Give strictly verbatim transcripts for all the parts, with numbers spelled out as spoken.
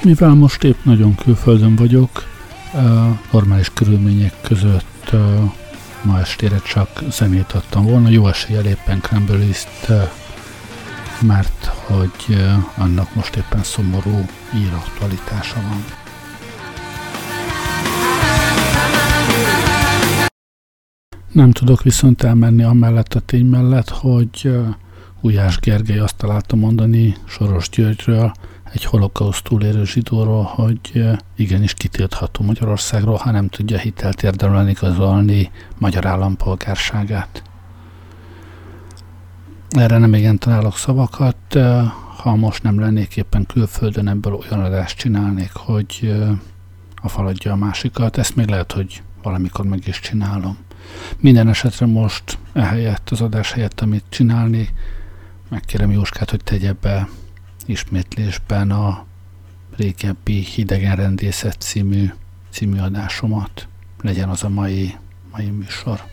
Mivel most épp nagyon külföldön vagyok, normális körülmények között ma estére csak zenét adtam volna, jó eséllyel éppen Cranberries-t, mert hogy annak most éppen szomorú íraktualitása van. Nem tudok viszont elmenni amellett a tény mellett, hogy Ujjás Gergely azt találta mondani Soros Györgyről, egy holokauszt túlélő zsidóról, hogy igenis kitiltható Magyarországról, ha nem tudja hitelt érdemben igazolni magyar állampolgárságát. Erre nem igen találok szavakat, ha most nem lennék éppen külföldön, ebből olyan adást csinálnék, hogy a fal adja a másikat. Ezt még lehet, hogy valamikor meg is csinálom. Minden esetre most ehelyett, az adás helyett, amit csinálni, megkérem Jóskát, hogy tegye be ismétlésben a régebbi Hidegenrendészet című, című adásomat. Legyen az a mai, mai műsor.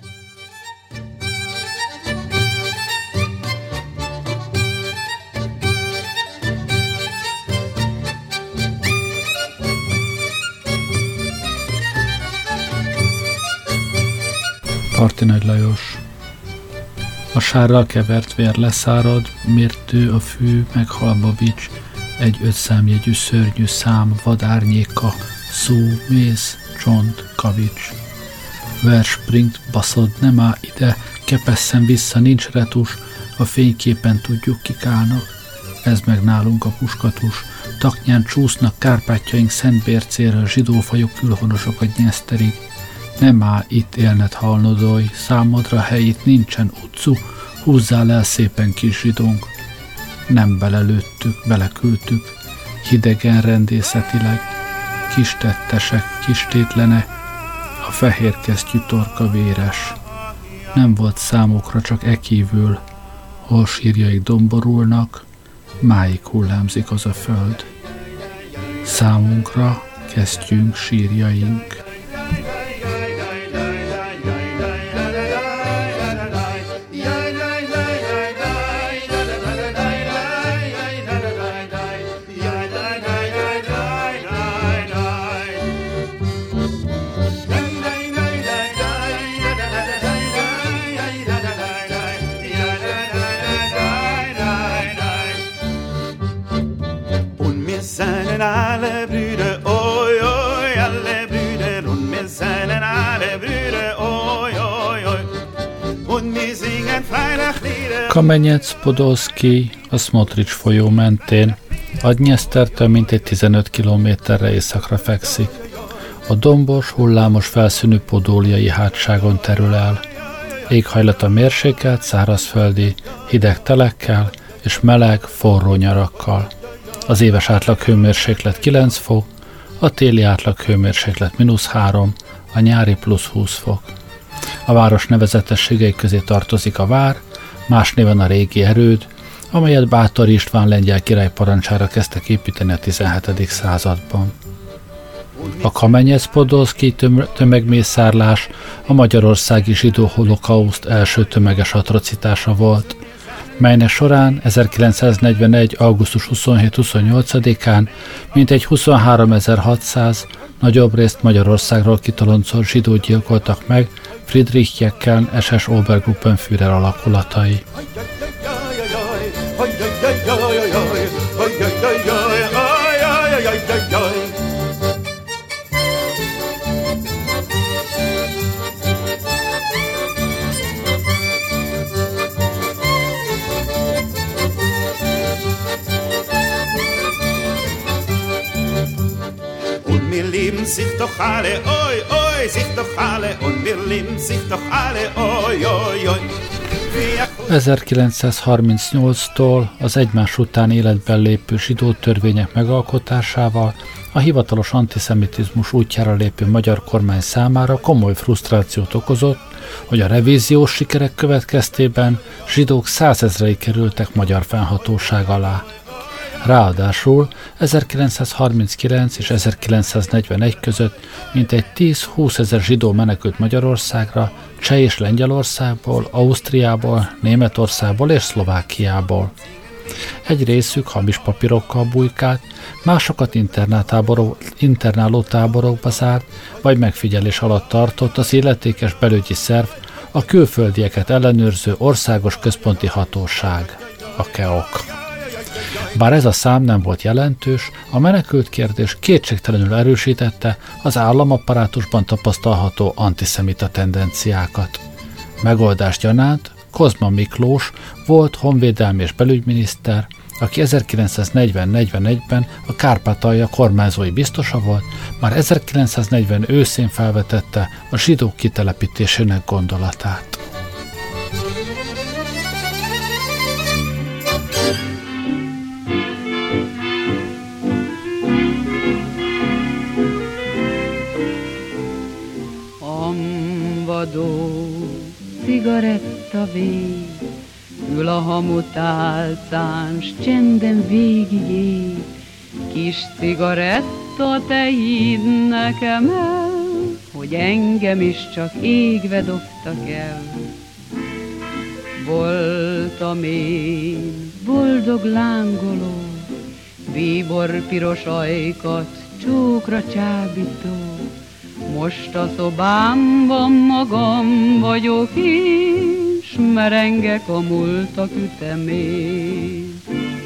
Parti Nagy Lajos. A sárral kevert vér leszárad, mértő a fű, meghalva bics, egy ötszámjegyű szörnyű szám, vadárnyéka, szó, mész, csont, kavics. Vers springt, baszod, nem áll ide, kepesszen vissza, nincs retus, a fényképen tudjuk, kik állnak. Ez meg nálunk a puskatus, taknyán csúsznak Kárpátjaink Szentbércéről, zsidófajok külhonosok a Dnyeszterig. Nem áll itt élned halnodolj, számodra helyét nincsen utcu, húzzál el szépen kis zsidónk. Nem belelőttük, beleküldtük, hidegen rendészetileg, kis tettesek, kis tétlene, a fehér kesztyű torka véres. Nem volt számukra csak e kívül, hol sírjaik domborulnak, máig hullámzik az a föld. Számunkra kesztyünk, sírjaink. Alle Brüder, oi, oi, alle Brüder, und wir seien alle Brüder, oi, oi, oi, und wir singen Freitaglieder. Kamenyec-Podolszkij a Smotrics folyó mentén, a Dnyesztertől mintegy tizenöt kilométerre északra fekszik. A dombos, hullámos felszínű podóliai hátságon terül el. Éghajlata mérsékelt, szárazföldi, hideg telekkel és meleg, forró nyarakkal. Az éves átlag hőmérséklet kilenc fok, a téli átlag hőmérséklet mínusz három, a nyári plusz húsz fok. A város nevezetességei közé tartozik a vár, más néven a régi erőd, amelyet Báthori István lengyel király parancsára kezdtek építeni a tizenhetedik században. A Kamenyec-Podolszkij tömegmészárlás a magyarországi zsidó holokauszt első tömeges atrocitása volt, melynek során ezerkilencszáznegyvenegy. augusztus huszonhét-huszonnyolcadikán mintegy huszonháromezer-hatszáz nagyobbrészt Magyarországról kitoloncolt zsidót gyilkoltak meg Friedrich Jeckeln es es Obergruppenführer alakulatai. Sich doch alle, oi, oi, sich doch alle, und wir lieben sich doch alle, oi, oi, oi. ezerkilencszázharmincnyolctól az egymás után életben lépő zsidó törvények megalkotásával a hivatalos antiszemitizmus útjára lépő magyar kormány számára komoly frusztrációt okozott, hogy a revíziós sikerek következtében zsidók százezrei kerültek magyar fennhatóság alá. Ráadásul ezerkilencszázharminckilenc és ezerkilencszáznegyvenegy között mintegy tíz-húszezer zsidó menekült Magyarországra, Cseh és Lengyelországból, Ausztriából, Németországból és Szlovákiából. Egy részük hamis papírokkal bujkált, másokat internáló táborokba zárt, vagy megfigyelés alatt tartott az illetékes belügyi szerv, a külföldieket ellenőrző országos központi hatóság, a keok. Bár ez a szám nem volt jelentős, a menekült kérdés kétségtelenül erősítette az államapparátusban tapasztalható antiszemita tendenciákat. Megoldást gyanánt Kozma Miklós volt honvédelmi és belügyminiszter, aki ezerkilencszáznegyven negyvenegyben a Kárpátalja kormányzói biztosa volt, már ezerkilencszáznegyven őszén felvetette a zsidók kitelepítésének gondolatát. Amvadó cigarettavég ül a hamutálcán, s csenden végig ég. Kis cigaretta, te hidd nekem el, hogy engem is csak égve dobtak el. Voltam én boldog lángoló, bíbor piros ajkat, csókra csábító. Most a szobámban magam vagyok én, s merengek a múltak ütemén.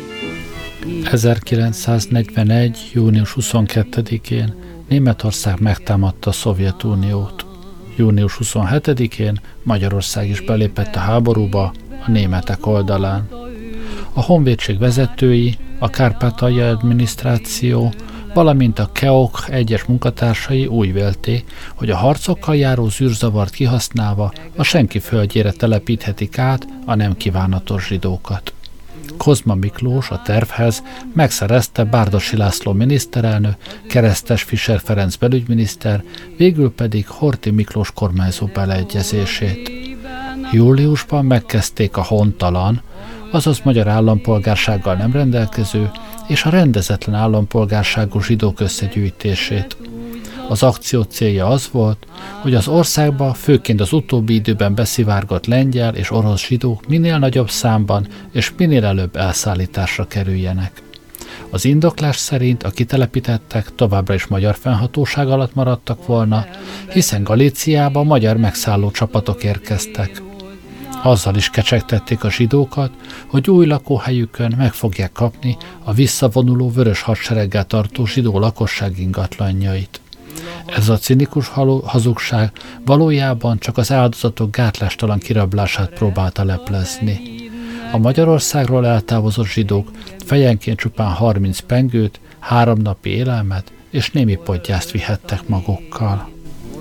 ezerkilencszáznegyvenegy. június huszonkettedikén Németország megtámadta a Szovjetuniót. június huszonhetedikén Magyarország is belépett a háborúba a németek oldalán. A honvédség vezetői, a Kárpátalja adminisztráció, valamint a keok egyes munkatársai úgy vélték, hogy a harcokkal járó zűrzavart kihasználva a senki földjére telepíthetik át a nem kívánatos zsidókat. Kozma Miklós a tervhez megszerezte Bárdossy László miniszterelnök, Keresztes Fischer Ferenc belügyminiszter, végül pedig Horthy Miklós kormányzó beleegyezését. Júliusban megkezdték a hontalan, azaz magyar állampolgársággal nem rendelkező és a rendezetlen állampolgárságú zsidók összegyűjtését. Az akció célja az volt, hogy az országba főként az utóbbi időben beszivárgott lengyel és orosz zsidók minél nagyobb számban és minél előbb elszállításra kerüljenek. Az indoklás szerint a kitelepítettek továbbra is magyar fennhatóság alatt maradtak volna, hiszen Galíciába magyar megszálló csapatok érkeztek. Azzal is kecsegtették a zsidókat, hogy új lakóhelyükön meg fogják kapni a visszavonuló vörös hadsereggel tartó zsidó lakosság ingatlanjait. Ez a cinikus hazugság valójában csak az áldozatok gátlástalan kirablását próbálta leplezni. A Magyarországról eltávozott zsidók fejenként csupán harminc pengőt, három napi élelmet és némi podgyászt vihettek magukkal.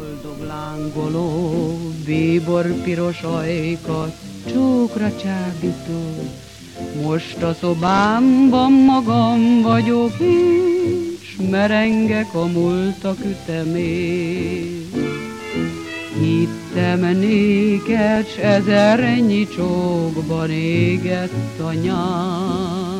Lángoló, bíbor piros ajkat, csókra csábító. Most a szobámban magam vagyok én, s merengek a múltak ütemén. Hittem néked, s ezernyi csókban égett a nyár.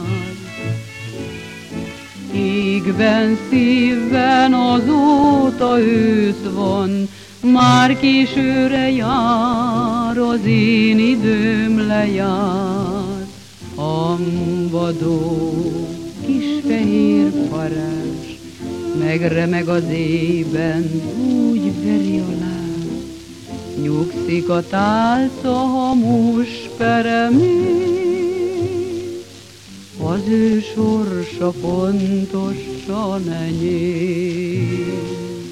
Égben, szívben azóta ősz van, már későre jár, az én időm lejár. Ambadó, kis fehér parázs, megremeg az éjben, úgy veri a láb. Nyugszik a tálca hamus peremén, az ő sorsa pontosan enyém.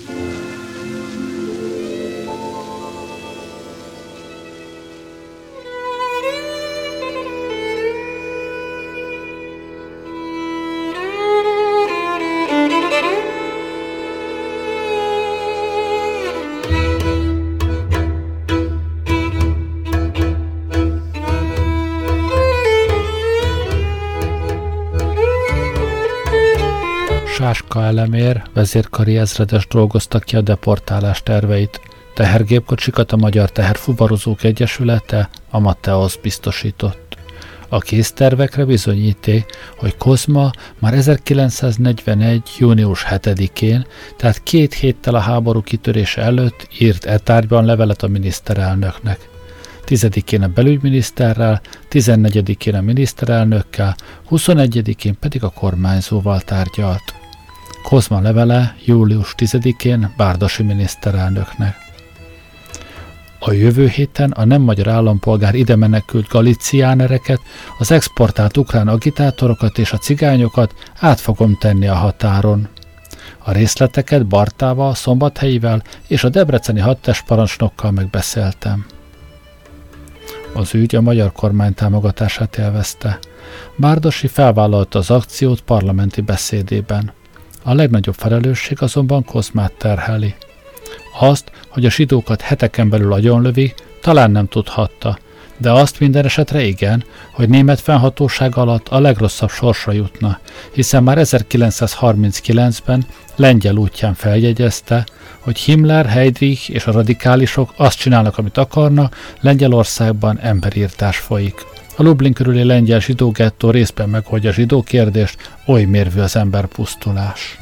Sáska Elemér, vezérkari ezredes dolgozta ki a deportálás terveit. Tehergépkocsikat a Magyar Teherfuvarozók Egyesülete, a Mateusz biztosított. A késztervekre bizonyíték, hogy Kozma már ezerkilencszáznegyvenegy. június hetedikén, tehát két héttel a háború kitörése előtt írt e tárgyban levelet a miniszterelnöknek. tizedikén a belügyminiszterrel, tizennegyedikén a miniszterelnökkel, huszonegyedikén pedig a kormányzóval tárgyalt. Kozma levele július tizedikén Bárdossy miniszterelnöknek. A jövő héten a nem magyar állampolgár ide menekült galiciánereket, az exportált ukrán agitátorokat és a cigányokat át fogom tenni a határon. A részleteket Bartával, Szombathelyivel és a debreceni hadtestparancsnokkal megbeszéltem. Az ügy a magyar kormány támogatását élvezte. Bárdossy felvállalta az akciót parlamenti beszédében. A legnagyobb felelősség azonban Kozmát terheli. Azt, hogy a zsidókat heteken belül agyonlövik, talán nem tudhatta, de azt minden esetre igen, hogy német fennhatóság alatt a legrosszabb sorsra jutna, hiszen már ezerkilencszázharminckilencben lengyel útján feljegyezte, hogy Himmler, Heydrich és a radikálisok azt csinálnak, amit akarnak, Lengyelországban emberírtás folyik. A Lublin körüli lengyel zsidó gettó részben megoldja a zsidó kérdést, oly mérvű az emberpusztulás.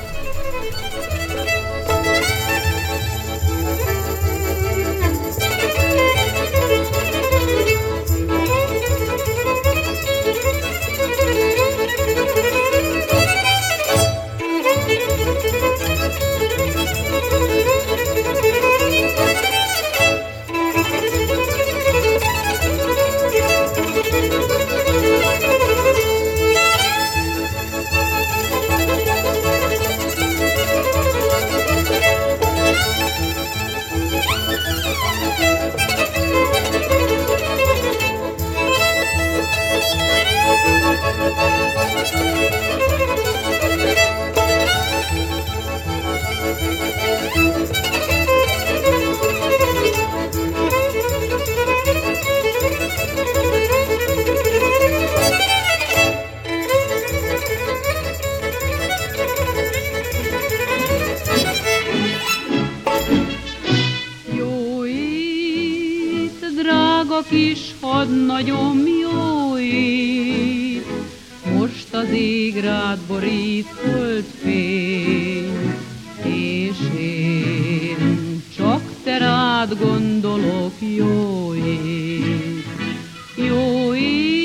Kis hadnagyom, jó ég, most az ég rád borít holdfény, és én csak te rád gondolok, jó ég. Jó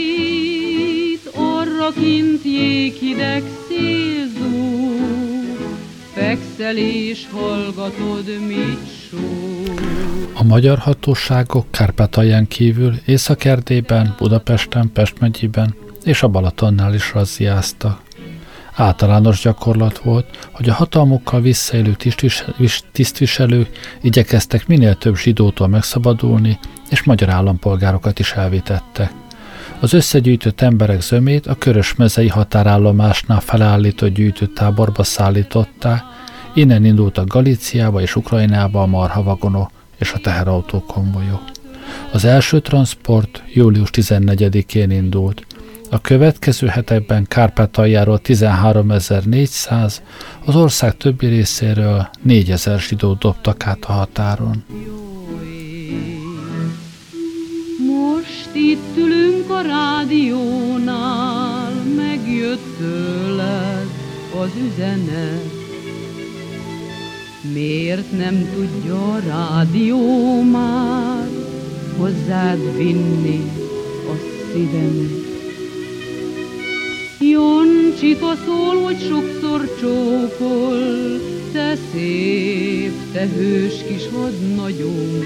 ég, arra kint jéghideg szélzúg, fekszel és hallgatod, mit súg. A magyar hatóságok Kárpátalján kívül Észak-Erdélyben, Budapesten, Pest megyében és a Balatonnál is razziáztak. Általános gyakorlat volt, hogy a hatalmukkal visszaélő tisztviselők igyekeztek minél több zsidótól megszabadulni, és magyar állampolgárokat is elvitettek. Az összegyűjtött emberek zömét a Körösmezei határállomásnál felállított gyűjtőtáborba szállították, innen indultak Galíciába és Ukrajnába a marhavagonok és a teherautókonvojok. Az első transport július tizennegyedikén indult. A következő hetekben Kárpátaljáról tizenháromezer-négyszáz, az ország többi részéről négyezer zsidót dobtak át a határon. Most itt ülünk a rádiónál, megjött tőled az üzenet. Miért nem tudja a rádió már hozzád vinni a szívemet? Joncsika szól, hogy sokszor csókol, te szép, te hős kis hadnagyom.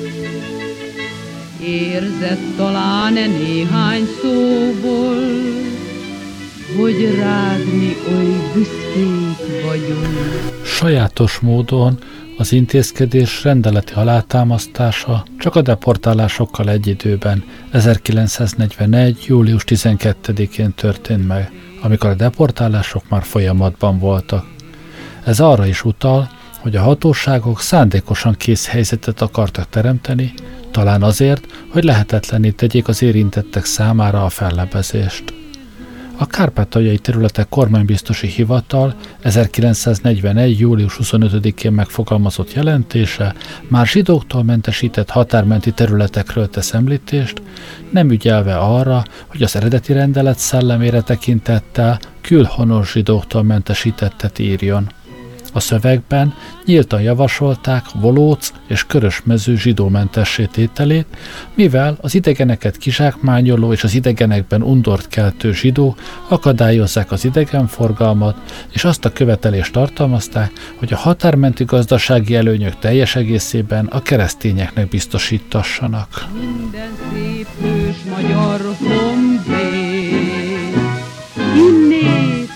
Érzed talán-e néhány szóból, hogy rád mi oly büszkék vagyunk. Sajátos módon az intézkedés rendeleti alátámasztása csak a deportálásokkal egy időben, ezerkilencszáznegyvenegy. július tizenkettedikén történt meg, amikor a deportálások már folyamatban voltak. Ez arra is utal, hogy a hatóságok szándékosan kész helyzetet akartak teremteni, talán azért, hogy lehetetlenné tegyék az érintettek számára a fellebezést. A kárpátaljai területek kormánybiztosi hivatal ezerkilencszáznegyvenegy. július huszonötödikén megfogalmazott jelentése már zsidóktól mentesített határmenti területekről tesz említést, nem ügyelve arra, hogy az eredeti rendelet szellemére tekintettel külhonos zsidóktól mentesítettet írjon. A szövegben nyíltan javasolták Volóc és Körösmező zsidómentessé tételét, mivel az idegeneket kizsákmányoló és az idegenekben undort keltő zsidó akadályozzák az idegenforgalmat, és azt a követelést tartalmazták, hogy a határmenti gazdasági előnyök teljes egészében a keresztényeknek biztosítassanak. Minden szép hős magyar honvéd, innét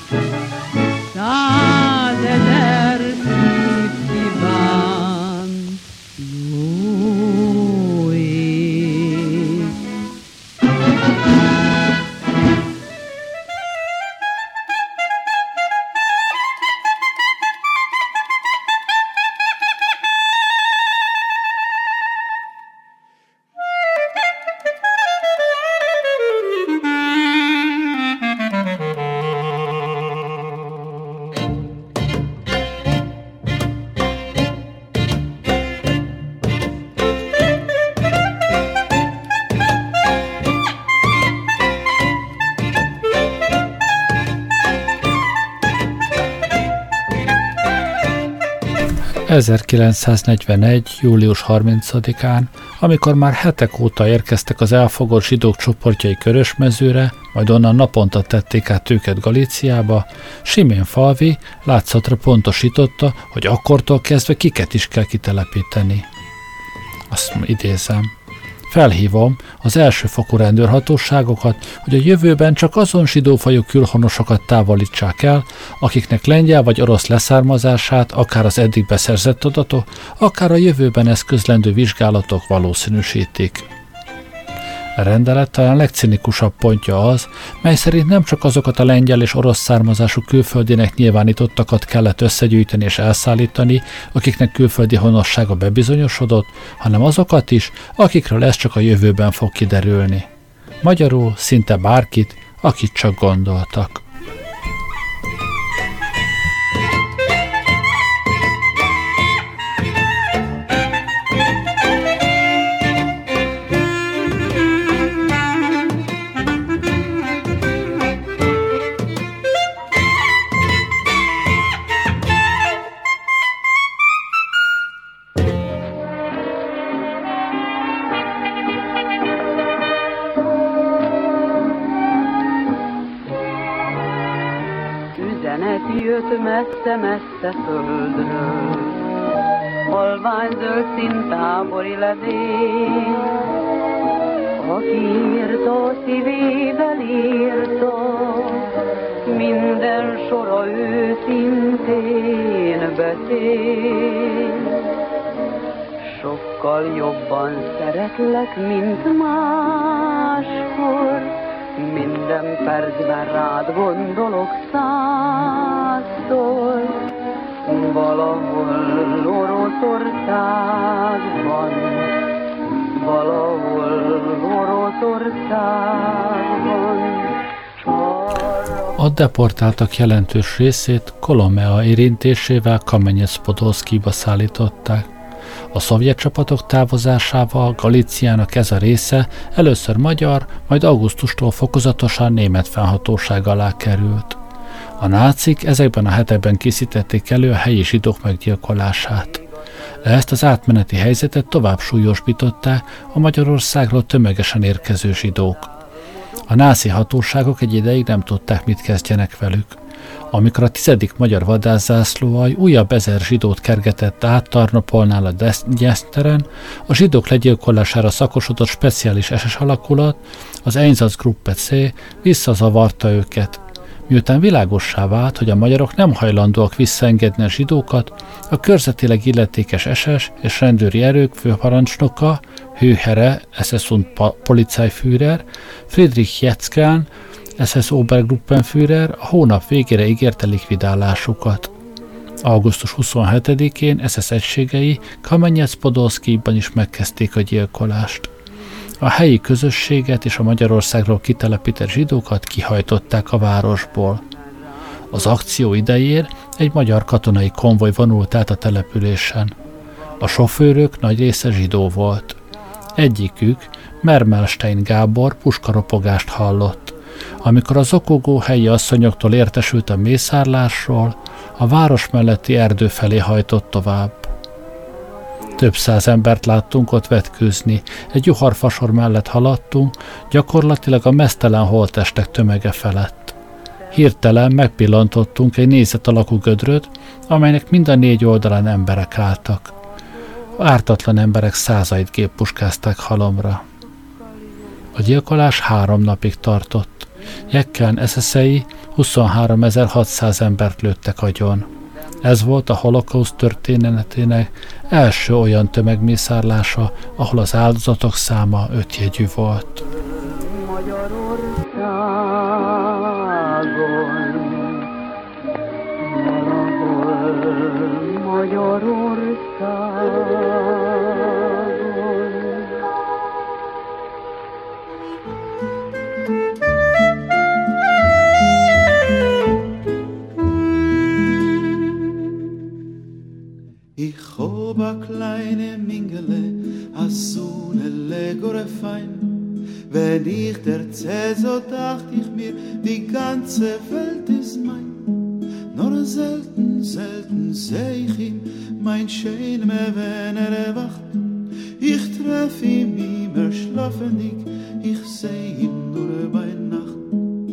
százezer szív kíván jó ég. ezerkilencszáznegyvenegy. július harmincadikán, amikor már hetek óta érkeztek az elfogott zsidók csoportjai Körösmezőre, majd onnan naponta tették át őket Galíciába, Simén Falvi látszatra pontosította, hogy akkortól kezdve kiket is kell kitelepíteni. Azt idézem. Felhívom az elsőfokú rendőrhatóságokat, hogy a jövőben csak azon zsidófajú külhonosokat távolítsák el, akiknek lengyel vagy orosz leszármazását akár az eddig beszerzett adatok, akár a jövőben eszközlendő vizsgálatok valószínűsítik. A rendelet talán legcinikusabb pontja az, mely szerint nem csak azokat a lengyel és orosz származású külföldinek nyilvánítottakat kellett összegyűjteni és elszállítani, akiknek külföldi honossága bebizonyosodott, hanem azokat is, akikről ez csak a jövőben fog kiderülni. Magyarul szinte bárkit, akit csak gondoltak. Messze-messze földről, halvány zöld színtábori levél, aki írta, szívével írta, minden sora őszintén beszél. Sokkal jobban szeretlek, mint máskor, minden percben rád gondolok százszor. Valahol Oroszországban, valahol Oroszországban. A deportáltak jelentős részét Kolomea érintésével Kamenyec-Podolszkijba szállították. A szovjet csapatok távozásával Galíciának ez a része először magyar, majd augusztustól fokozatosan német fennhatóság alá került. A nácik ezekben a hetekben készítették elő a helyi zsidók meggyilkolását. Ezt az átmeneti helyzetet tovább súlyosbították a Magyarországról tömegesen érkező zsidók. A náci hatóságok egy ideig nem tudták, mit kezdjenek velük. Amikor a tizedik magyar vadászzászlóalj újabb ezer zsidót kergetett át Tarnopolnál a Dnyeszteren, a zsidók legyilkolására szakosodott speciális es es alakulat, az Einsatzgruppe C visszazavarta őket. Miután világossá vált, hogy a magyarok nem hajlandóak visszaengedni a zsidókat, a körzetileg illetékes es es és rendőri erők főparancsnoka, Hőhere, es es und Polizeiführer, Friedrich Jetzkán, es es Obergruppenführer a hónap végére ígérte likvidálásukat. augusztus huszonhetedikén es es egységei Kamenyec-Podolszkijban is megkezdték a gyilkolást. A helyi közösséget és a Magyarországról kitelepített zsidókat kihajtották a városból. Az akció idején egy magyar katonai konvoj vonult át a településen. A sofőrök nagy része zsidó volt. Egyikük, Mermelstein Gábor puskaropogást hallott. Amikor az okogó helyi asszonyoktól értesült a mészárlásról, A város melletti erdő felé hajtott tovább. Több száz embert láttunk ott vetkőzni, egy juharfasor mellett haladtunk, gyakorlatilag a meztelen holttestek tömege felett. Hirtelen megpillantottunk egy négyzet alakú gödröt, amelynek mind a négy oldalán emberek álltak. Ártatlan emberek százait géppuskázták halomra. A gyilkolás három napig tartott. Jekkelen es es ei huszonháromezer-hatszáz embert lőttek agyon. Ez volt a holokauszt történetének első olyan tömegmészárlása, ahol az áldozatok száma ötjegyű volt. Ich hob a kleine Mingele, a Sonne legore fein. Wenn ich der Zeh, so dacht ich mir, die ganze Welt ist mein. Nur selten, selten seh ich ihn, mein Schöner, wenn er erwacht. Ich treff ihn immer schlafendig, ich seh ihn nur bei Nacht.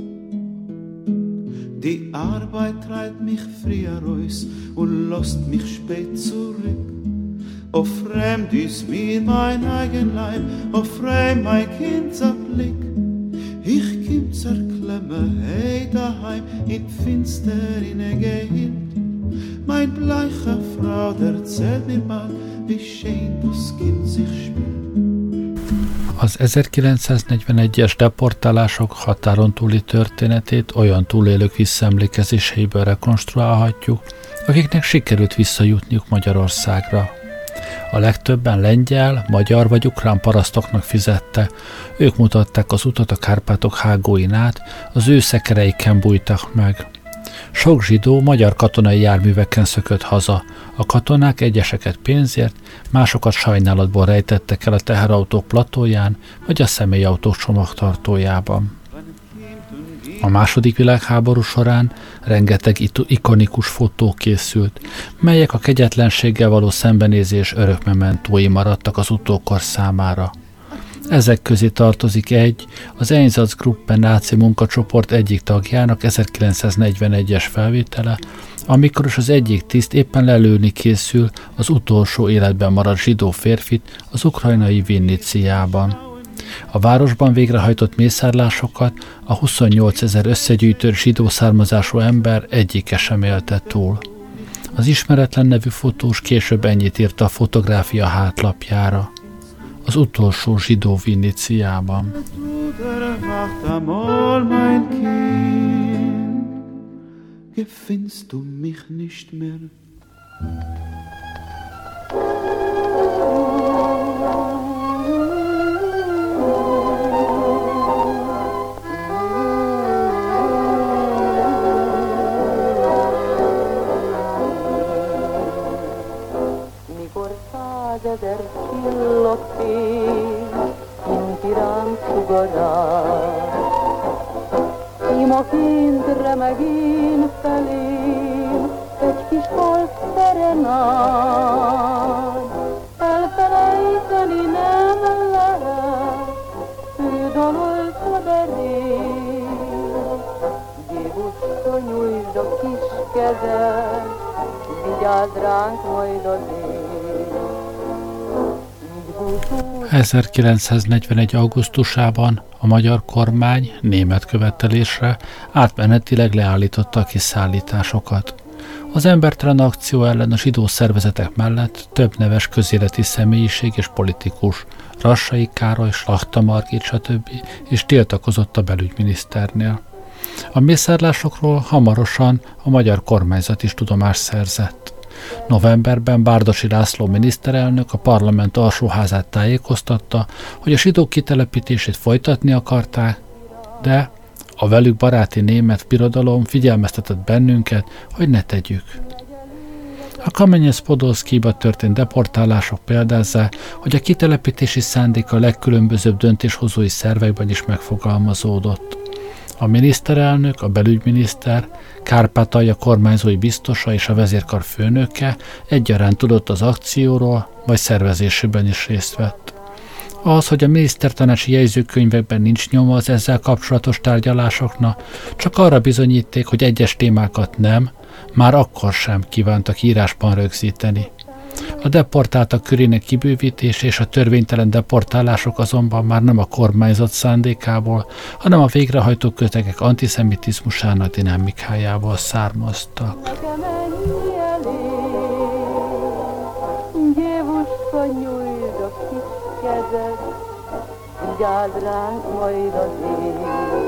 Die Arbeit treibt mich früher raus und lässt mich spät zurück. O fremd ist mir mein eigen Leib, o fremd mein Kinderblick. Ich kim zerklemme, hey daheim, in finsterine gehind. Mein bleiche Frau, erzählt mir bald, wie schön das Kind sich spielt. Az ezerkilencszáznegyvenegyes deportálások határon túli történetét olyan túlélők visszaemlékezéseiből rekonstruálhatjuk, akiknek sikerült visszajutniuk Magyarországra. A legtöbben lengyel, magyar vagy ukrán parasztoknak fizette, ők mutatták az utat a Kárpátok hágóin át, az ő szekereiken bújtak meg. Sok zsidó magyar katonai járműveken szökött haza, a katonák egyeseket pénzért, másokat sajnálatból rejtettek el a teherautók platóján, vagy a személyautók csomagtartójában. A második világháború során rengeteg ikonikus fotó készült, melyek a kegyetlenséggel való szembenézés örökmementói maradtak az utókor számára. Ezek közé tartozik egy, az Einsatzgruppe náci munkacsoport egyik tagjának ezerkilencszáznegyvenegyes felvétele, amikor is az egyik tiszt éppen lelőni készül az utolsó életben maradt zsidó férfit az ukrajnai Vinniciában. A városban végrehajtott mészárlásokat a huszonnyolcezer összegyűjtő zsidó származású ember egyike sem élte túl. Az ismeretlen nevű fotós később ennyit írt a fotográfia hátlapjára. Az utolsó zsidó Vinniciában. Gefinnst du mich nicht mehr? Mikor százezer csillog fény, kint iránk sugarál, ima kint remeg én felém, egy kis halk szerenád. Elfelejteni nem lehet, ő dalolt de rég. Gébuszka, nyújtsd a kis kezed, vigyázz ránk majd az ég. ezerkilencszáznegyvenegy. augusztusában a magyar kormány német követelésre átmenetileg leállította a kiszállításokat. Az embertelen akció ellen a zsidó szervezetek mellett több neves közéleti személyiség és politikus, Rassai Károly, Slachta Margit, stb. És tiltakozott a belügyminiszternél. A mészárlásokról hamarosan a magyar kormányzat is tudomást szerzett. Novemberben Bárdossy László miniszterelnök a parlament alsóházát tájékoztatta, hogy a zsidók kitelepítését folytatni akarták, de a velük baráti német birodalom figyelmeztetett bennünket, hogy ne tegyük. A Kamenyec-Podolszkijba történt deportálások példázzák, hogy a kitelepítési szándék a legkülönbözőbb döntéshozói szervekben is megfogalmazódott. A miniszterelnök, a belügyminiszter, Kárpátalja kormányzói biztosa és a vezérkar főnöke egyaránt tudott az akcióról, vagy szervezésében is részt vett. Az, hogy a minisztertanácsi jegyzőkönyvekben nincs nyoma az ezzel kapcsolatos tárgyalásoknak, csak arra bizonyíték, hogy egyes témákat nem, már akkor sem kívántak írásban rögzíteni. A deportáltak körének kibővítése és a törvénytelen deportálások azonban már nem a kormányzat szándékából, hanem a végrehajtó közegek antiszemitizmusának dinamikájából származtak. Vigyázz ránk majd az ég.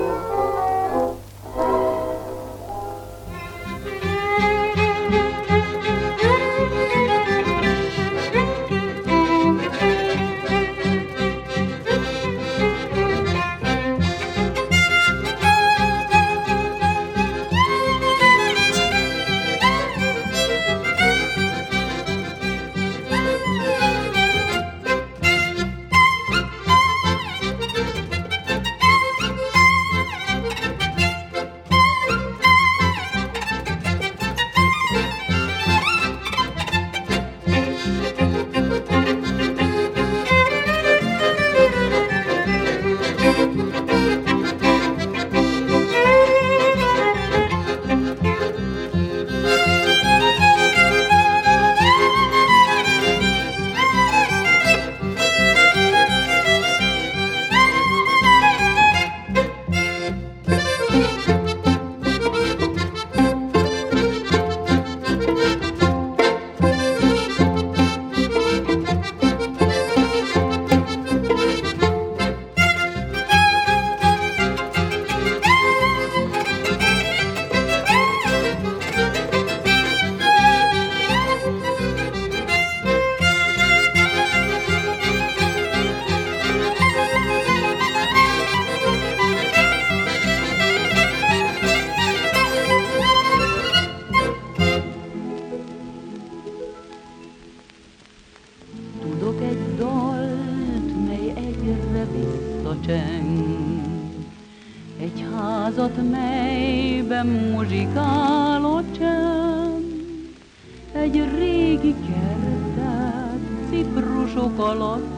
Egy házat, melyben muzsikál a csend, egy régi kertet ciprusok alatt,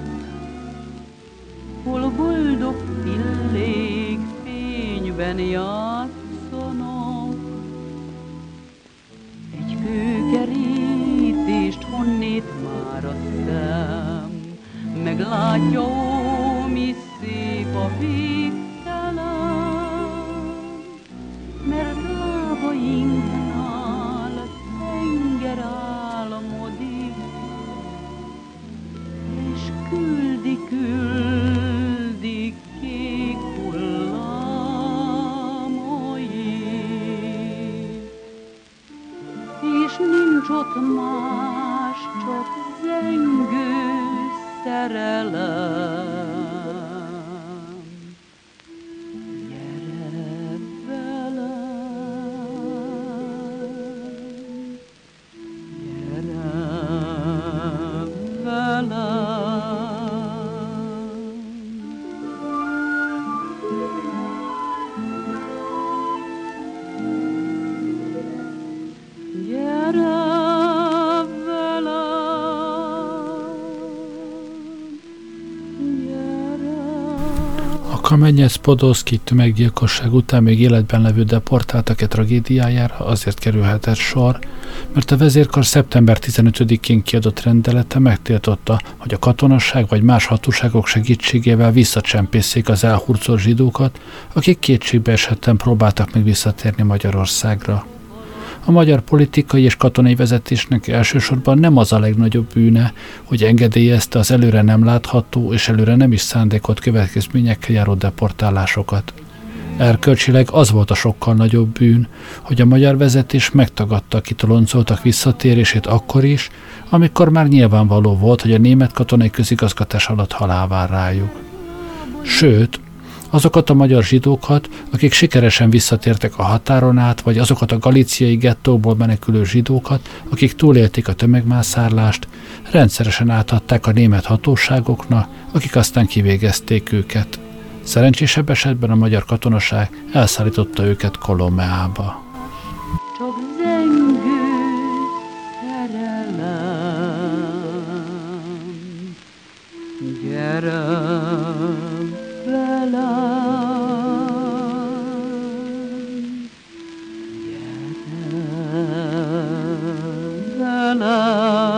hol boldog pillék fényben játszanak. Egy kőkerítést honnét már a szem, meglátja, ó, mi szép a végtelen, mert lábainknál tenger álmodik, és küldi, küldi kék hullámait, és nincs ott más, csak zengő szerelem. Gyere velem, gyere velem. Gyere Kamenyec Podolszky tömeggyilkosság után még életben levő deportáltak-e tragédiájára azért kerülhetett sor, mert a vezérkar szeptember tizenötödikén kiadott rendelete megtiltotta, hogy a katonasság vagy más hatóságok segítségével visszacsempészék az elhurcolt zsidókat, akik kétségbe esetten próbáltak meg visszatérni Magyarországra. A magyar politikai és katonai vezetésnek elsősorban nem az a legnagyobb bűne, hogy engedélyezte az előre nem látható és előre nem is szándékolt következményekkel járó deportálásokat. Erkölcsileg az volt a sokkal nagyobb bűn, hogy a magyar vezetés megtagadta a kitoloncoltak visszatérését akkor is, amikor már nyilvánvaló volt, hogy a német katonai közigazgatás alatt halál vár rájuk. Sőt, azokat a magyar zsidókat, akik sikeresen visszatértek a határon át, vagy azokat a galíciai gettóból menekülő zsidókat, akik túlélték a tömegmászárlást, rendszeresen átadták a német hatóságoknak, akik aztán kivégezték őket. Szerencsésebb esetben a magyar katonaság elszállította őket Kolomeába. Csak zengő szerelem, gyere velem, gyere velem.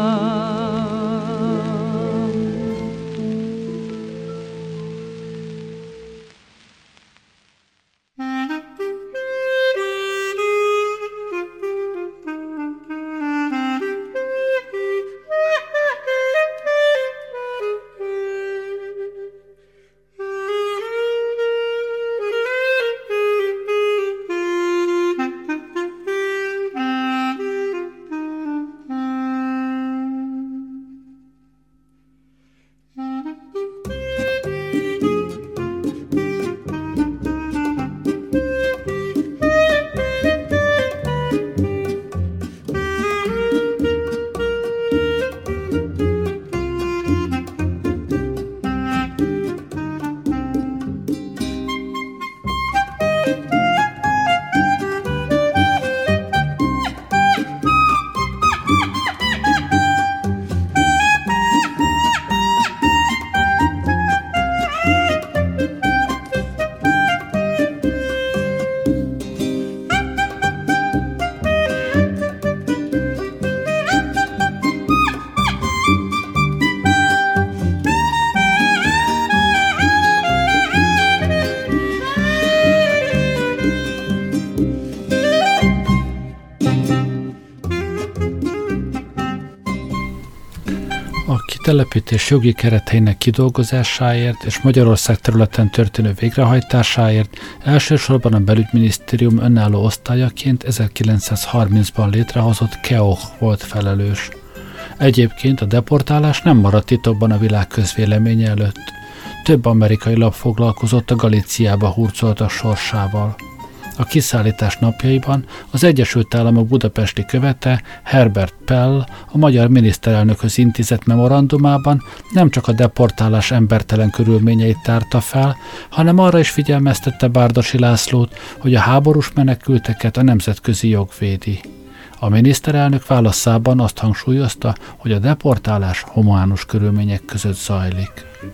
Telepítés jogi kereteinek kidolgozásáért és Magyarország területen történő végrehajtásáért elsősorban a Belügyminisztérium önálló osztályaként ezerkilencszázharmincban létrehozott KEOH volt felelős. Egyébként a deportálás nem maradt titokban a világ közvéleménye előtt. Több amerikai lap foglalkozott a Galíciába hurcoltak sorsával. A kiszállítás napjaiban az Egyesült Államok budapesti követe Herbert Pell a magyar miniszterelnökhöz intézett memorandumában nem csak a deportálás embertelen körülményeit tárta fel, hanem arra is figyelmeztette Bárdasi Lászlót, hogy a háborús menekülteket a nemzetközi jog védi. A miniszterelnök válaszában azt hangsúlyozta, hogy a deportálás humánus körülmények között zajlik.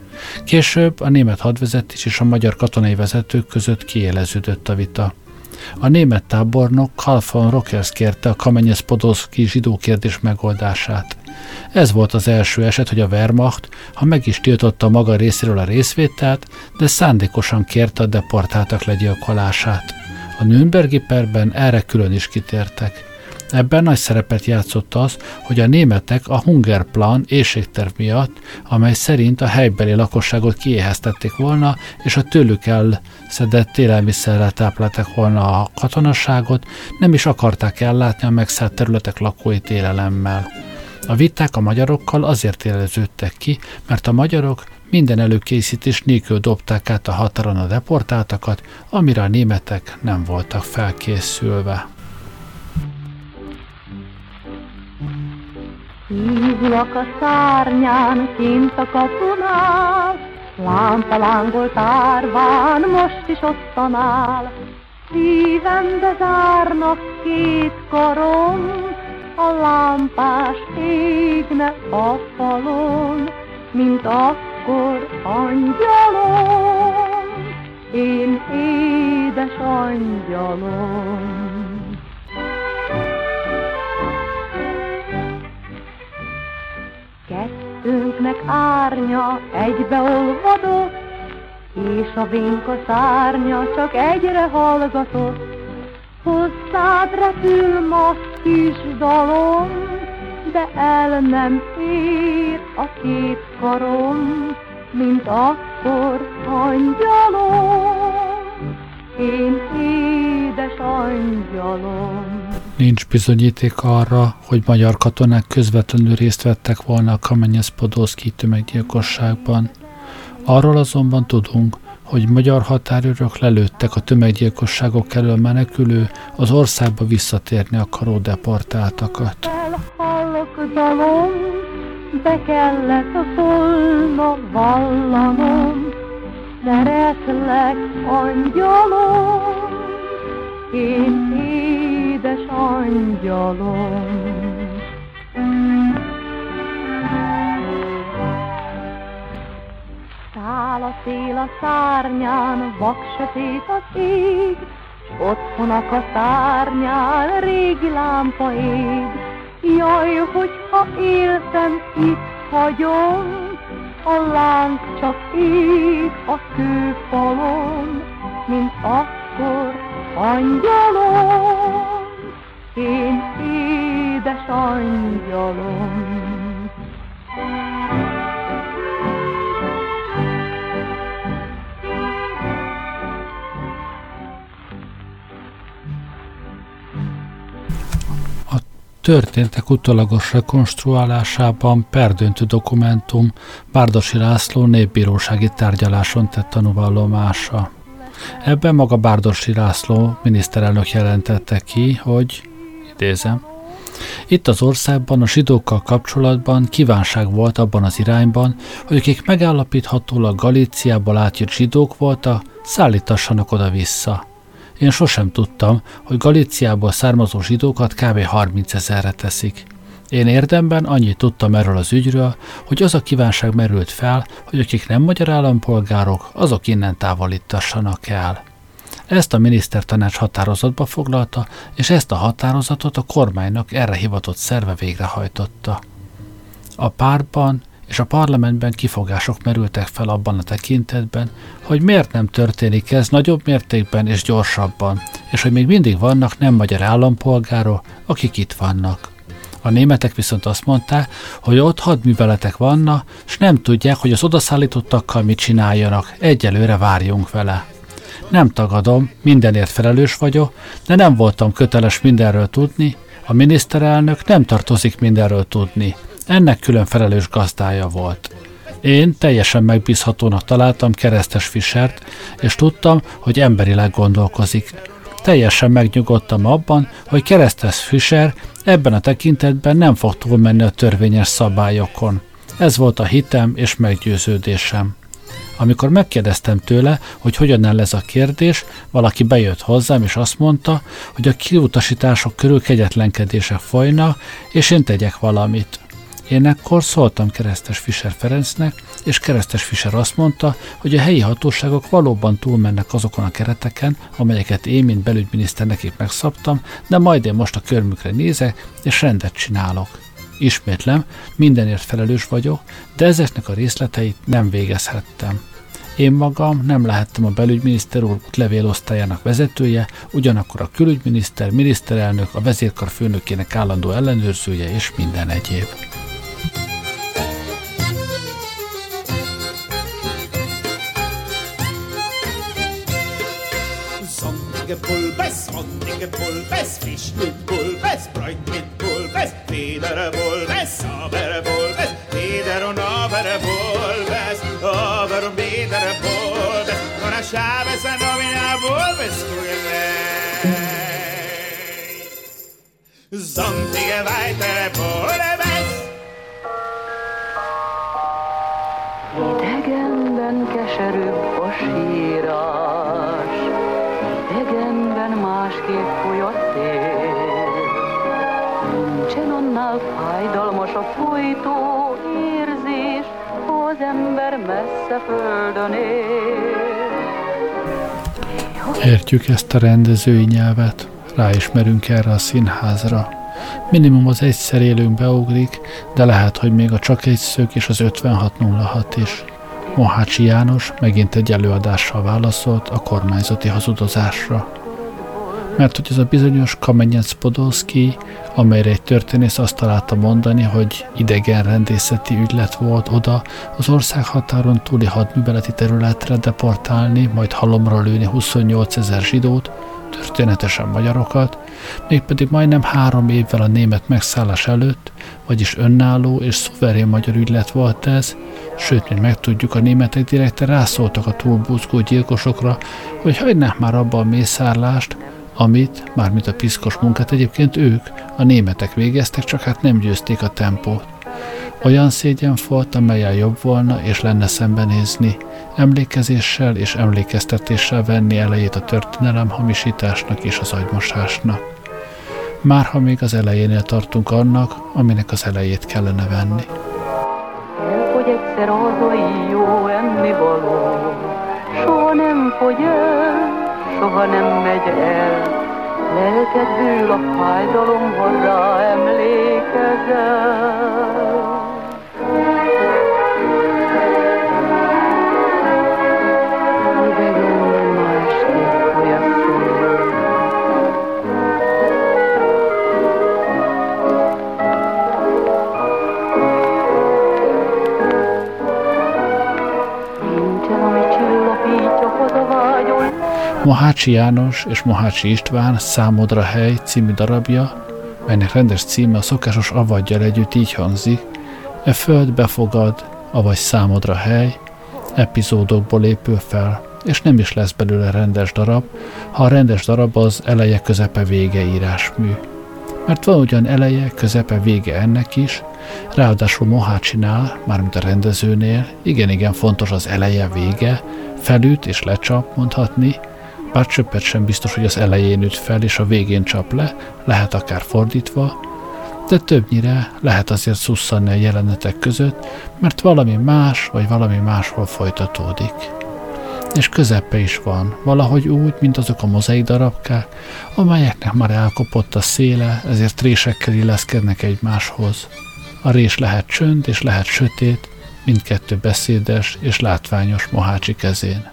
Később a német hadvezetés és a magyar katonai vezetők között kiéleződött a vita. A német tábornok Karl von Rockers kérte a Kamenyec-Podolszki zsidó kérdés megoldását. Ez volt az első eset, hogy a Wehrmacht, ha meg is tiltotta maga részéről a részvételt, de szándékosan kérte a deportáltak legyilkolását. A Nürnbergi perben erre külön is kitértek. Ebben nagy szerepet játszott az, hogy a németek a Hungerplan éhségterv miatt, amely szerint a helybeli lakosságot kiéheztették volna, és a tőlük elszedett élelmiszerrel táplálták volna a katonasságot, nem is akarták ellátni a megszállt területek lakóit élelemmel. A viták a magyarokkal azért éleződtek ki, mert a magyarok minden előkészítés nélkül dobták át a határon a deportáltakat, amire a németek nem voltak felkészülve. Hívlak a szárnyán, kint a kapunál, lámpa lángolt árván, most is ottan áll. Szívembe zárnak két karom, a lámpás égne a falon, mint akkor angyalom, én édes angyalom. Kettőnknek árnya egybeolvadott, és a vénka szárnya csak egyre hallgatott. Hozzád repül ma kis dalom, de el nem ér a két karom, mint akkor angyalom, én édes angyalom. Nincs bizonyíték arra, hogy magyar katonák közvetlenül részt vettek volna a Kamenyec-Podolszki tömeggyilkosságban. Arról azonban tudunk, hogy magyar határőrök lelőttek a tömeggyilkosságok elől menekülő, az országba visszatérni akaró deportáltakat. Elhallok dalom, be kellett volna vallanom, szeretlek, angyalom, én édes angyalom. Száll a szél a szárnyán, vaksötét az ég, otthonak a szárnyán régi lámpa ég. Jaj, hogyha éltem, itt hagyom, a láng csak ég a kőfalon, mint akkor angyalom, én édes angyalom. Történtek utólagos rekonstruálásában perdöntő dokumentum Bárdossy László népbírósági tárgyaláson tett tanúvallomása. Ebben maga Bárdossy László miniszterelnök jelentette ki, hogy, idézem, itt az országban a zsidókkal kapcsolatban kívánság volt abban az irányban, hogy akik megállapíthatólag Galíciából átjött zsidók voltak, szállítassanak oda-vissza. Én sosem tudtam, hogy Galíciából származó zsidókat kb. harmincezerre teszik. Én érdemben annyit tudtam erről az ügyről, hogy az a kívánság merült fel, hogy akik nem magyar állampolgárok, azok innen távolítassanak el. Ezt a minisztertanács határozatba foglalta, és ezt a határozatot a kormánynak erre hivatott szerve végrehajtotta. A pártban és a parlamentben kifogások merültek fel abban a tekintetben, hogy miért nem történik ez nagyobb mértékben és gyorsabban, és hogy még mindig vannak nem magyar állampolgárok, akik itt vannak. A németek viszont azt mondták, hogy ott hadműveletek vannak, és nem tudják, hogy az odaszállítottakkal mit csináljanak, egyelőre várjunk vele. Nem tagadom, mindenért felelős vagyok, de nem voltam köteles mindenről tudni, a miniszterelnök nem tartozik mindenről tudni. Ennek külön felelős gazdája volt. Én teljesen megbízhatónak találtam Keresztes Fischert, és tudtam, hogy emberileg gondolkozik. Teljesen megnyugodtam abban, hogy Keresztes Fischer ebben a tekintetben nem fog túlmenni a törvényes szabályokon. Ez volt a hitem és meggyőződésem. Amikor megkérdeztem tőle, hogy hogyan áll ez a kérdés, valaki bejött hozzám, és azt mondta, hogy a kiutasítások körül kegyetlenkedések folynak, és én tegyek valamit. Én ekkor szóltam Keresztes Fischer Ferencnek, és Keresztes Fischer azt mondta, hogy a helyi hatóságok valóban túlmennek azokon a kereteken, amelyeket én, mint belügyminiszter nekik megszabtam, de majd én most a körmükre nézek, és rendet csinálok. Ismétlem, mindenért felelős vagyok, de ezeknek a részleteit nem végezhettem. Én magam nem lehettem a belügyminiszter úr útlevélosztályának vezetője, ugyanakkor a külügyminiszter, miniszterelnök, a vezérkar főnökének állandó ellenőrzője és minden egyéb. Sonnige Pulvers, sonnige Pulvers, Fisch mit Pulvers, Bräut mit Pulvers, Federe Pulvers, aber Pulvers, Feder und aber Pulvers, aber und Federe Pulvers, non a Chavez a nomina Pulvers, sonnige weitere Pulvers. Idegenben keserűbb a sírás, idegenben másképp foly a szél. Nincsen annál fájdalmas a folytó érzés, ha az ember messze földön él. Értjük ezt a rendezői nyelvet, ráismerünk erre a színházra. Minimum az egyszer élőnk beugrik, de lehet, hogy még a Csak egy szög és az ötvenhat nulla hat is. Mohácsi János megint egy előadással válaszolt a kormányzati hazudozásra. Mert hogy ez a bizonyos Kamenyec Podolszky, amelyre egy történész azt találta mondani, hogy idegen rendészeti ügylet volt oda az ország határon túli hadműveleti területre deportálni, majd halomra lőni huszonnyolcezer zsidót, történetesen magyarokat, mégpedig majdnem három évvel a német megszállás előtt, vagyis önálló és szuverén magyar ügylet volt ez, sőt, mint megtudjuk, a németek direkte rászóltak a túlbuzgó gyilkosokra, hogy hagynák már abba a mészárlást, amit, mármint a piszkos munkát egyébként ők, a németek végeztek, csak hát nem győzték a tempót. Olyan szégyenfolt, amellyel jobb volna és lenne szembenézni, emlékezéssel és emlékeztetéssel venni elejét a történelem hamisításnak és az agymosásnak. Márha még az elejénél tartunk annak, aminek az elejét kellene venni. Hogy egyszer az a jó ennivaló, soha nem fogy el, soha nem megy el. Lelkedből a fájdalom, ha rá emlékezel. Idegen másképp olyan szél. Nincsen, ami csillapítja, haza vágyol. Mohácsi János és Mohácsi István Számodra hely című darabja, melynek rendes címe a szokásos avadgyal együtt így hangzik: E föld befogad, avagy számodra hely, epizódokból épül fel, és nem is lesz belőle rendes darab, ha a rendes darab az eleje, közepe, vége írásmű. Mert van ugyan eleje, közepe, vége ennek is, ráadásul Mohácsinál, mármint a rendezőnél, igen-igen fontos az eleje, vége, felüt és lecsap, mondhatni, bár csöppet sem biztos, hogy az elején üt fel és a végén csap le, lehet akár fordítva, de többnyire lehet azért szusszanni a jelenetek között, mert valami más vagy valami máshol folytatódik. És közepe is van, valahogy úgy, mint azok a mozaik darabkák, amelyeknek már elkopott a széle, ezért résekkel illeszkednek egymáshoz. A rés lehet csönd és lehet sötét, mindkettő beszédes és látványos Mohácsi kezén.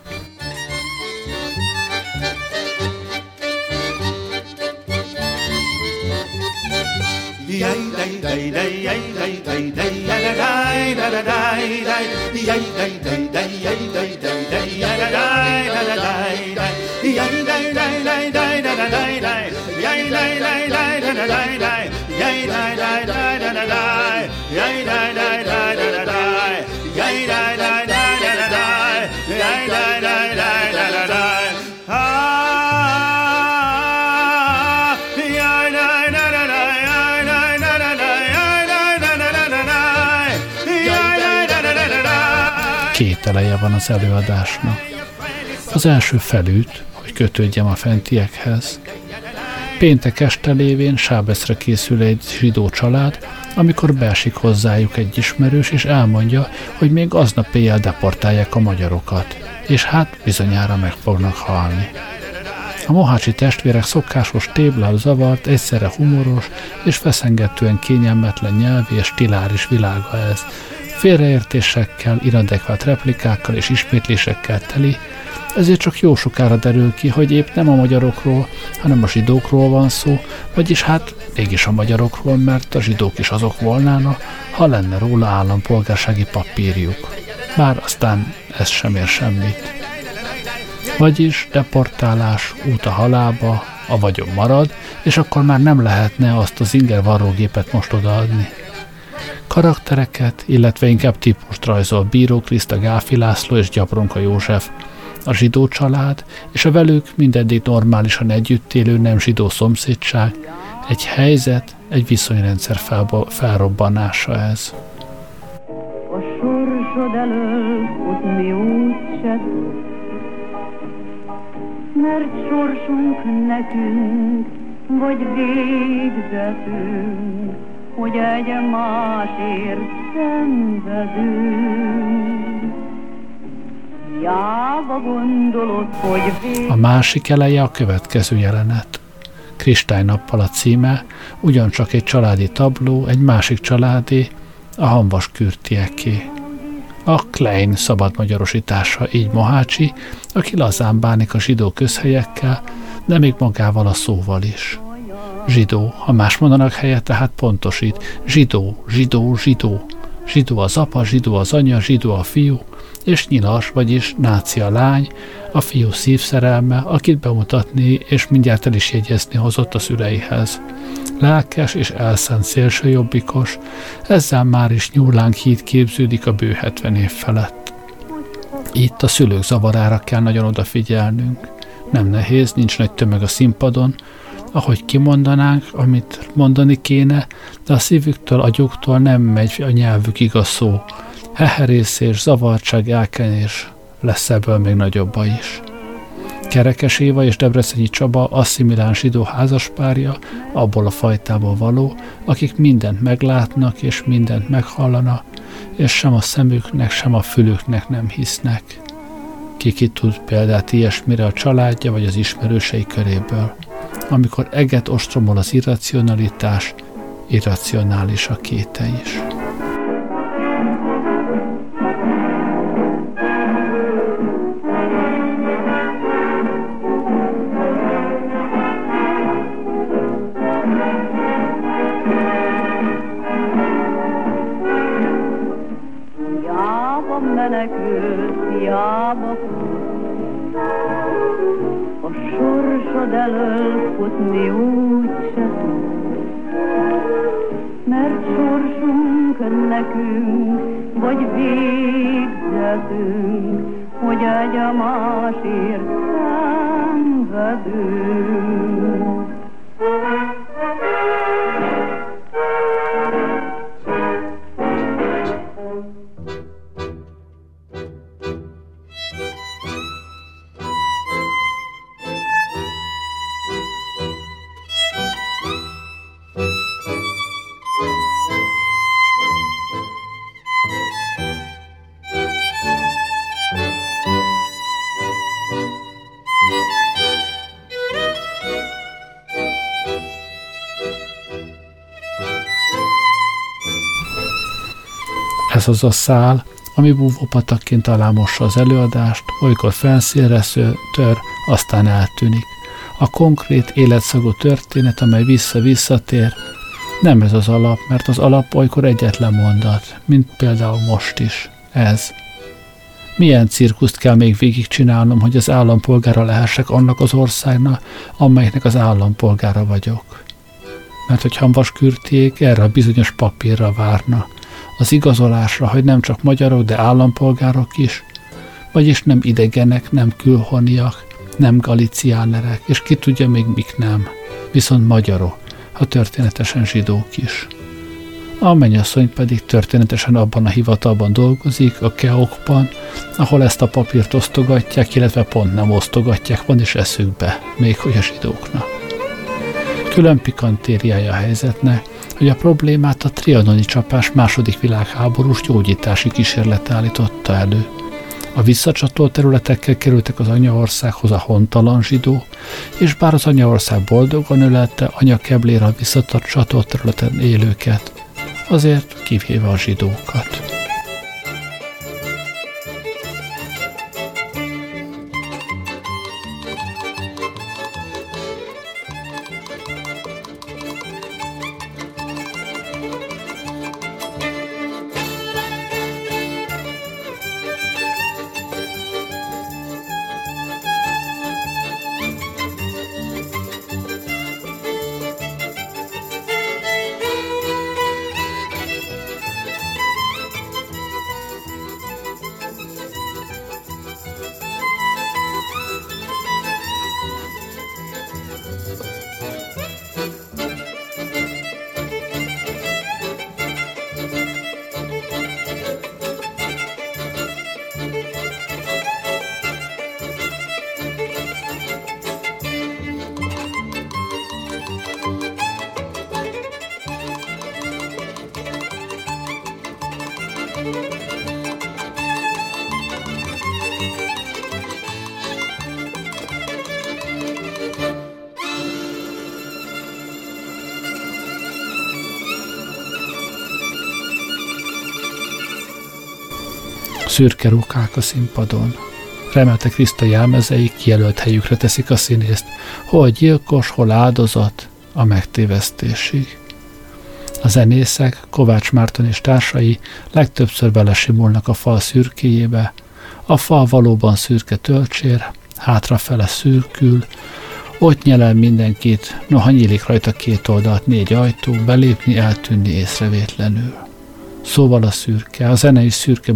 Két eleje van az előadásnak. Az első felüt, hogy kötődjem a fentiekhez. Péntek este lévén Sábeszre készül egy zsidó család, amikor beesik hozzájuk egy ismerős, és elmondja, hogy még aznap éjjel deportálják a magyarokat, és hát bizonyára meg fognak halni. A mohácsi testvérek szokásos téblál zavart, egyszerre humoros és feszengetően kényelmetlen nyelvi és stiláris világa ez, félreértésekkel, inadekvát replikákkal és ismétlésekkel teli, ezért csak jó sokára derül ki, hogy épp nem a magyarokról, hanem a zsidókról van szó, vagyis hát mégis a magyarokról, mert a zsidók is azok volnának, ha lenne róla állampolgársági papírjuk. Bár aztán ez sem ér semmit. Vagyis deportálás, út a halálba, a vagyon marad, és akkor már nem lehetne azt az inger varrógépet most odaadni. Karaktereket, illetve inkább típust rajzol Bíró Kriszta, Gáfi László és Gyabronka József, a zsidó család és a velük mindeddig normálisan együtt élő nem zsidó szomszédság, egy helyzet, egy viszonyrendszer felba, felrobbanása ez. A sorsod elől futni úgyse tud, mert sorsunk nekünk, vagy végzetünk, hogy egy másért szenvedünk. Hiába gondolod, hogy vég... A másik eleje a következő jelenet. Kristálynappal a címe, ugyancsak egy családi tabló, egy másik családi, a Hamvas Kürtieké. A Klein szabad magyarosítása, így Mohácsi, aki lazán bánik a zsidó közhelyekkel, de még magával a szóval is. Zsidó, ha más mondanak helyett, tehát pontosít. Zsidó, zsidó, zsidó. Zsidó az apa, zsidó az anya, zsidó a fiú, és nyilas, vagyis náci a lány, a fiú szívszerelme, akit bemutatni és mindjárt el is jegyezni hozott a szüleihez. Lelkes és elszánt szélsőjobbikos, ezzel már is nyúlánk híd képződik a bő hetven év felett. Itt a szülők zavarára kell nagyon odafigyelnünk. Nem nehéz, nincs nagy tömeg a színpadon, ahogy kimondanánk, amit mondani kéne, de a szívüktől, agyuktól nem megy a nyelvükig a szó. Heherészés, zavartság, elkenés, lesz ebből még nagyobba is. Kerekes Éva és Debrecenyi Csaba asszimiláns zsidó házaspárja, abból a fajtából való, akik mindent meglátnak és mindent meghallanak, és sem a szemüknek, sem a fülüknek nem hisznek. Ki ki tud példát ilyesmire a családja vagy az ismerősei köréből, amikor eget ostromol az irracionalitás, irracionális a kéte is. Menekült, hiába fut, a sorsod elől futni úgyse tud, mert sorsunk nekünk, vagy végzetünk, hogy egy a másért szenvedünk. Ez az a szál, ami búvópatakként alámossa az előadást, olykor felszínre tör, aztán eltűnik. A konkrét, életszagú történet, amely vissza-visszatér, nem ez az alap, mert az alap olykor egyetlen mondat, mint például most is. Ez. Milyen cirkuszt kell még végigcsinálnom, hogy az állampolgára lehessek annak az országnak, amelyiknek az állampolgára vagyok? Mert hogy Hamvaskürtiék erre a bizonyos papírra várna, az igazolásra, hogy nem csak magyarok, de állampolgárok is, vagyis nem idegenek, nem külhoniak, nem galiciánerek, és ki tudja még mik nem, viszont magyarok, ha történetesen zsidók is. A mennyasszony pedig történetesen abban a hivatalban dolgozik, a Keokban, ahol ezt a papírt osztogatják, illetve pont nem osztogatják, van is eszükbe, még hogy a zsidóknak. Külön pikantériája a helyzetnek, hogy a problémát a trianoni csapás második világháborús gyógyítási kísérlete állította elő. A visszacsatolt területekkel kerültek az anyaországhoz a hontalan zsidó, és bár az anyaország boldogan ölelte anyakeblér a visszacsatolt területen élőket, azért kivéve a zsidókat. Szürke rukák a színpadon. Remelte Kriszta jelmezei kijelölt helyükre teszik a színészt, hol gyilkos, hol áldozat, a megtévesztésig. A zenészek, Kovács Márton és társai legtöbbször belesimulnak a fal szürkéjébe, a fal valóban szürke tölcsér, hátrafele szürkül, ott nyelel mindenkit, noha nyílik rajta két oldalt négy ajtó, belépni, eltűnni észrevétlenül. Szóval a szürke, a zene is szürke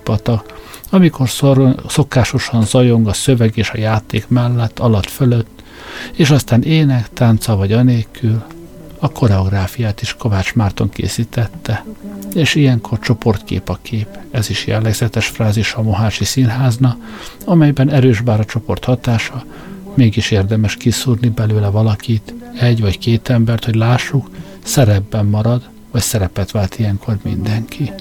búvópatak, amikor szor, szokásosan zajong a szöveg és a játék mellett, alatt fölött, és aztán ének, tánca vagy anélkül. A koreográfiát is Kovács Márton készítette, és ilyenkor csoportkép a kép. Ez is jellegzetes frázis a Mohácsi Színházna, amelyben erős bár a csoport hatása, mégis érdemes kiszúrni belőle valakit, egy vagy két embert, hogy lássuk, szerepben marad, vagy szerepet vált ilyenkor mindenki.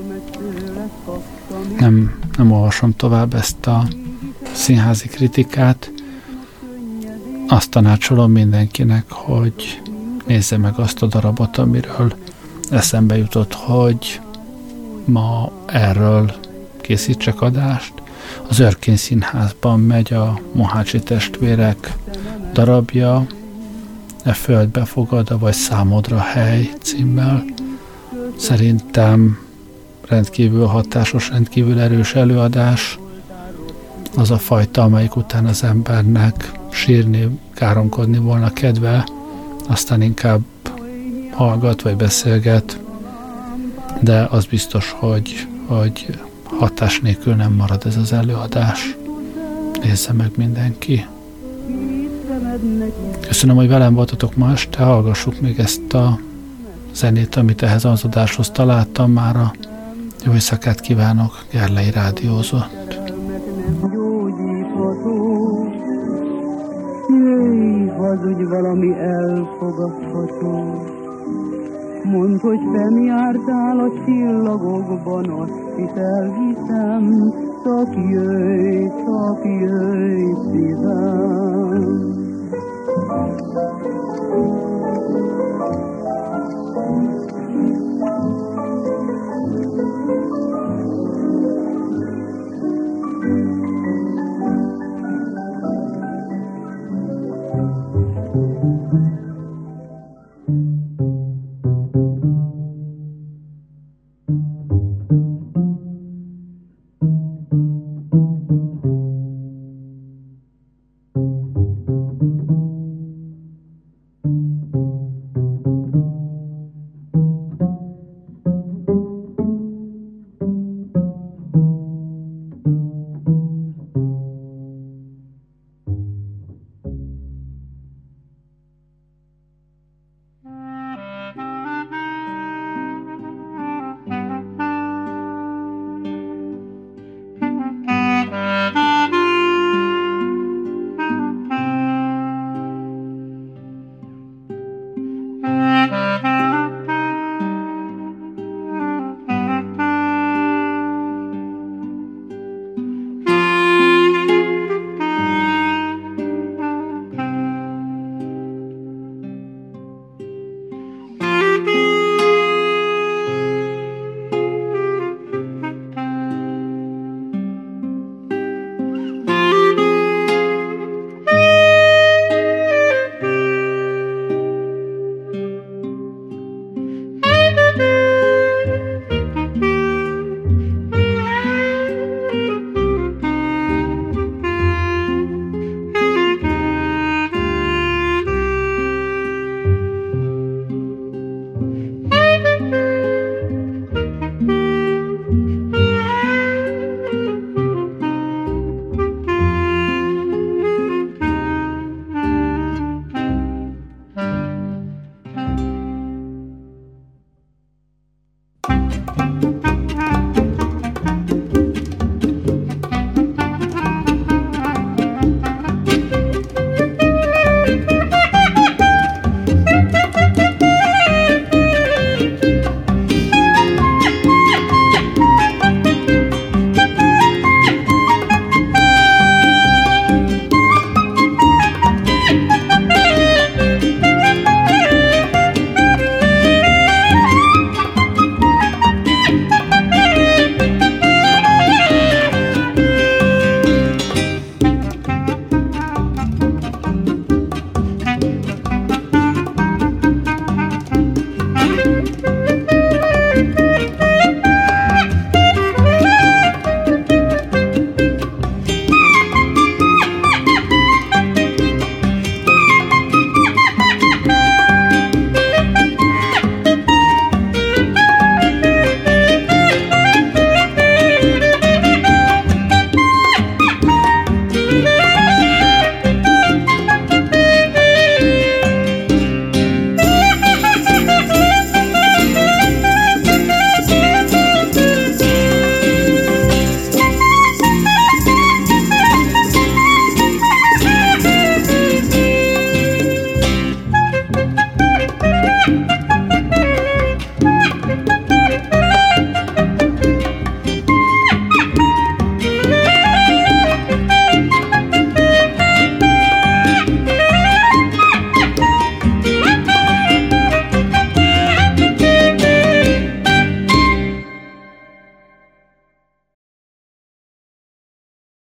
Nem, nem olvasom tovább ezt a színházi kritikát. Azt tanácsolom mindenkinek, hogy nézze meg azt a darabot, amiről eszembe jutott, hogy ma erről készítsek adást. Az Örkény Színházban megy a Mohácsi testvérek darabja, E földbe fogad, vagy Számodra hely címmel. Szerintem rendkívül hatásos, rendkívül erős előadás. Az a fajta, amelyik után az embernek sírni, káromkodni volna kedve, aztán inkább hallgat vagy beszélget, de az biztos, hogy, hogy hatás nélkül nem marad ez az előadás. Nézze meg mindenki. Köszönöm, hogy velem voltatok ma este, hallgassuk még ezt a zenét, amit ehhez az adáshoz találtam mára. Jó éjszakát kívánok, Gerlei rádiózott. Jöjj, hazudj valami elfogadható. Mondd, hogy fennjártál a csillagokban, azt is elhiszem, csak jöjj, csak jöjj szívem.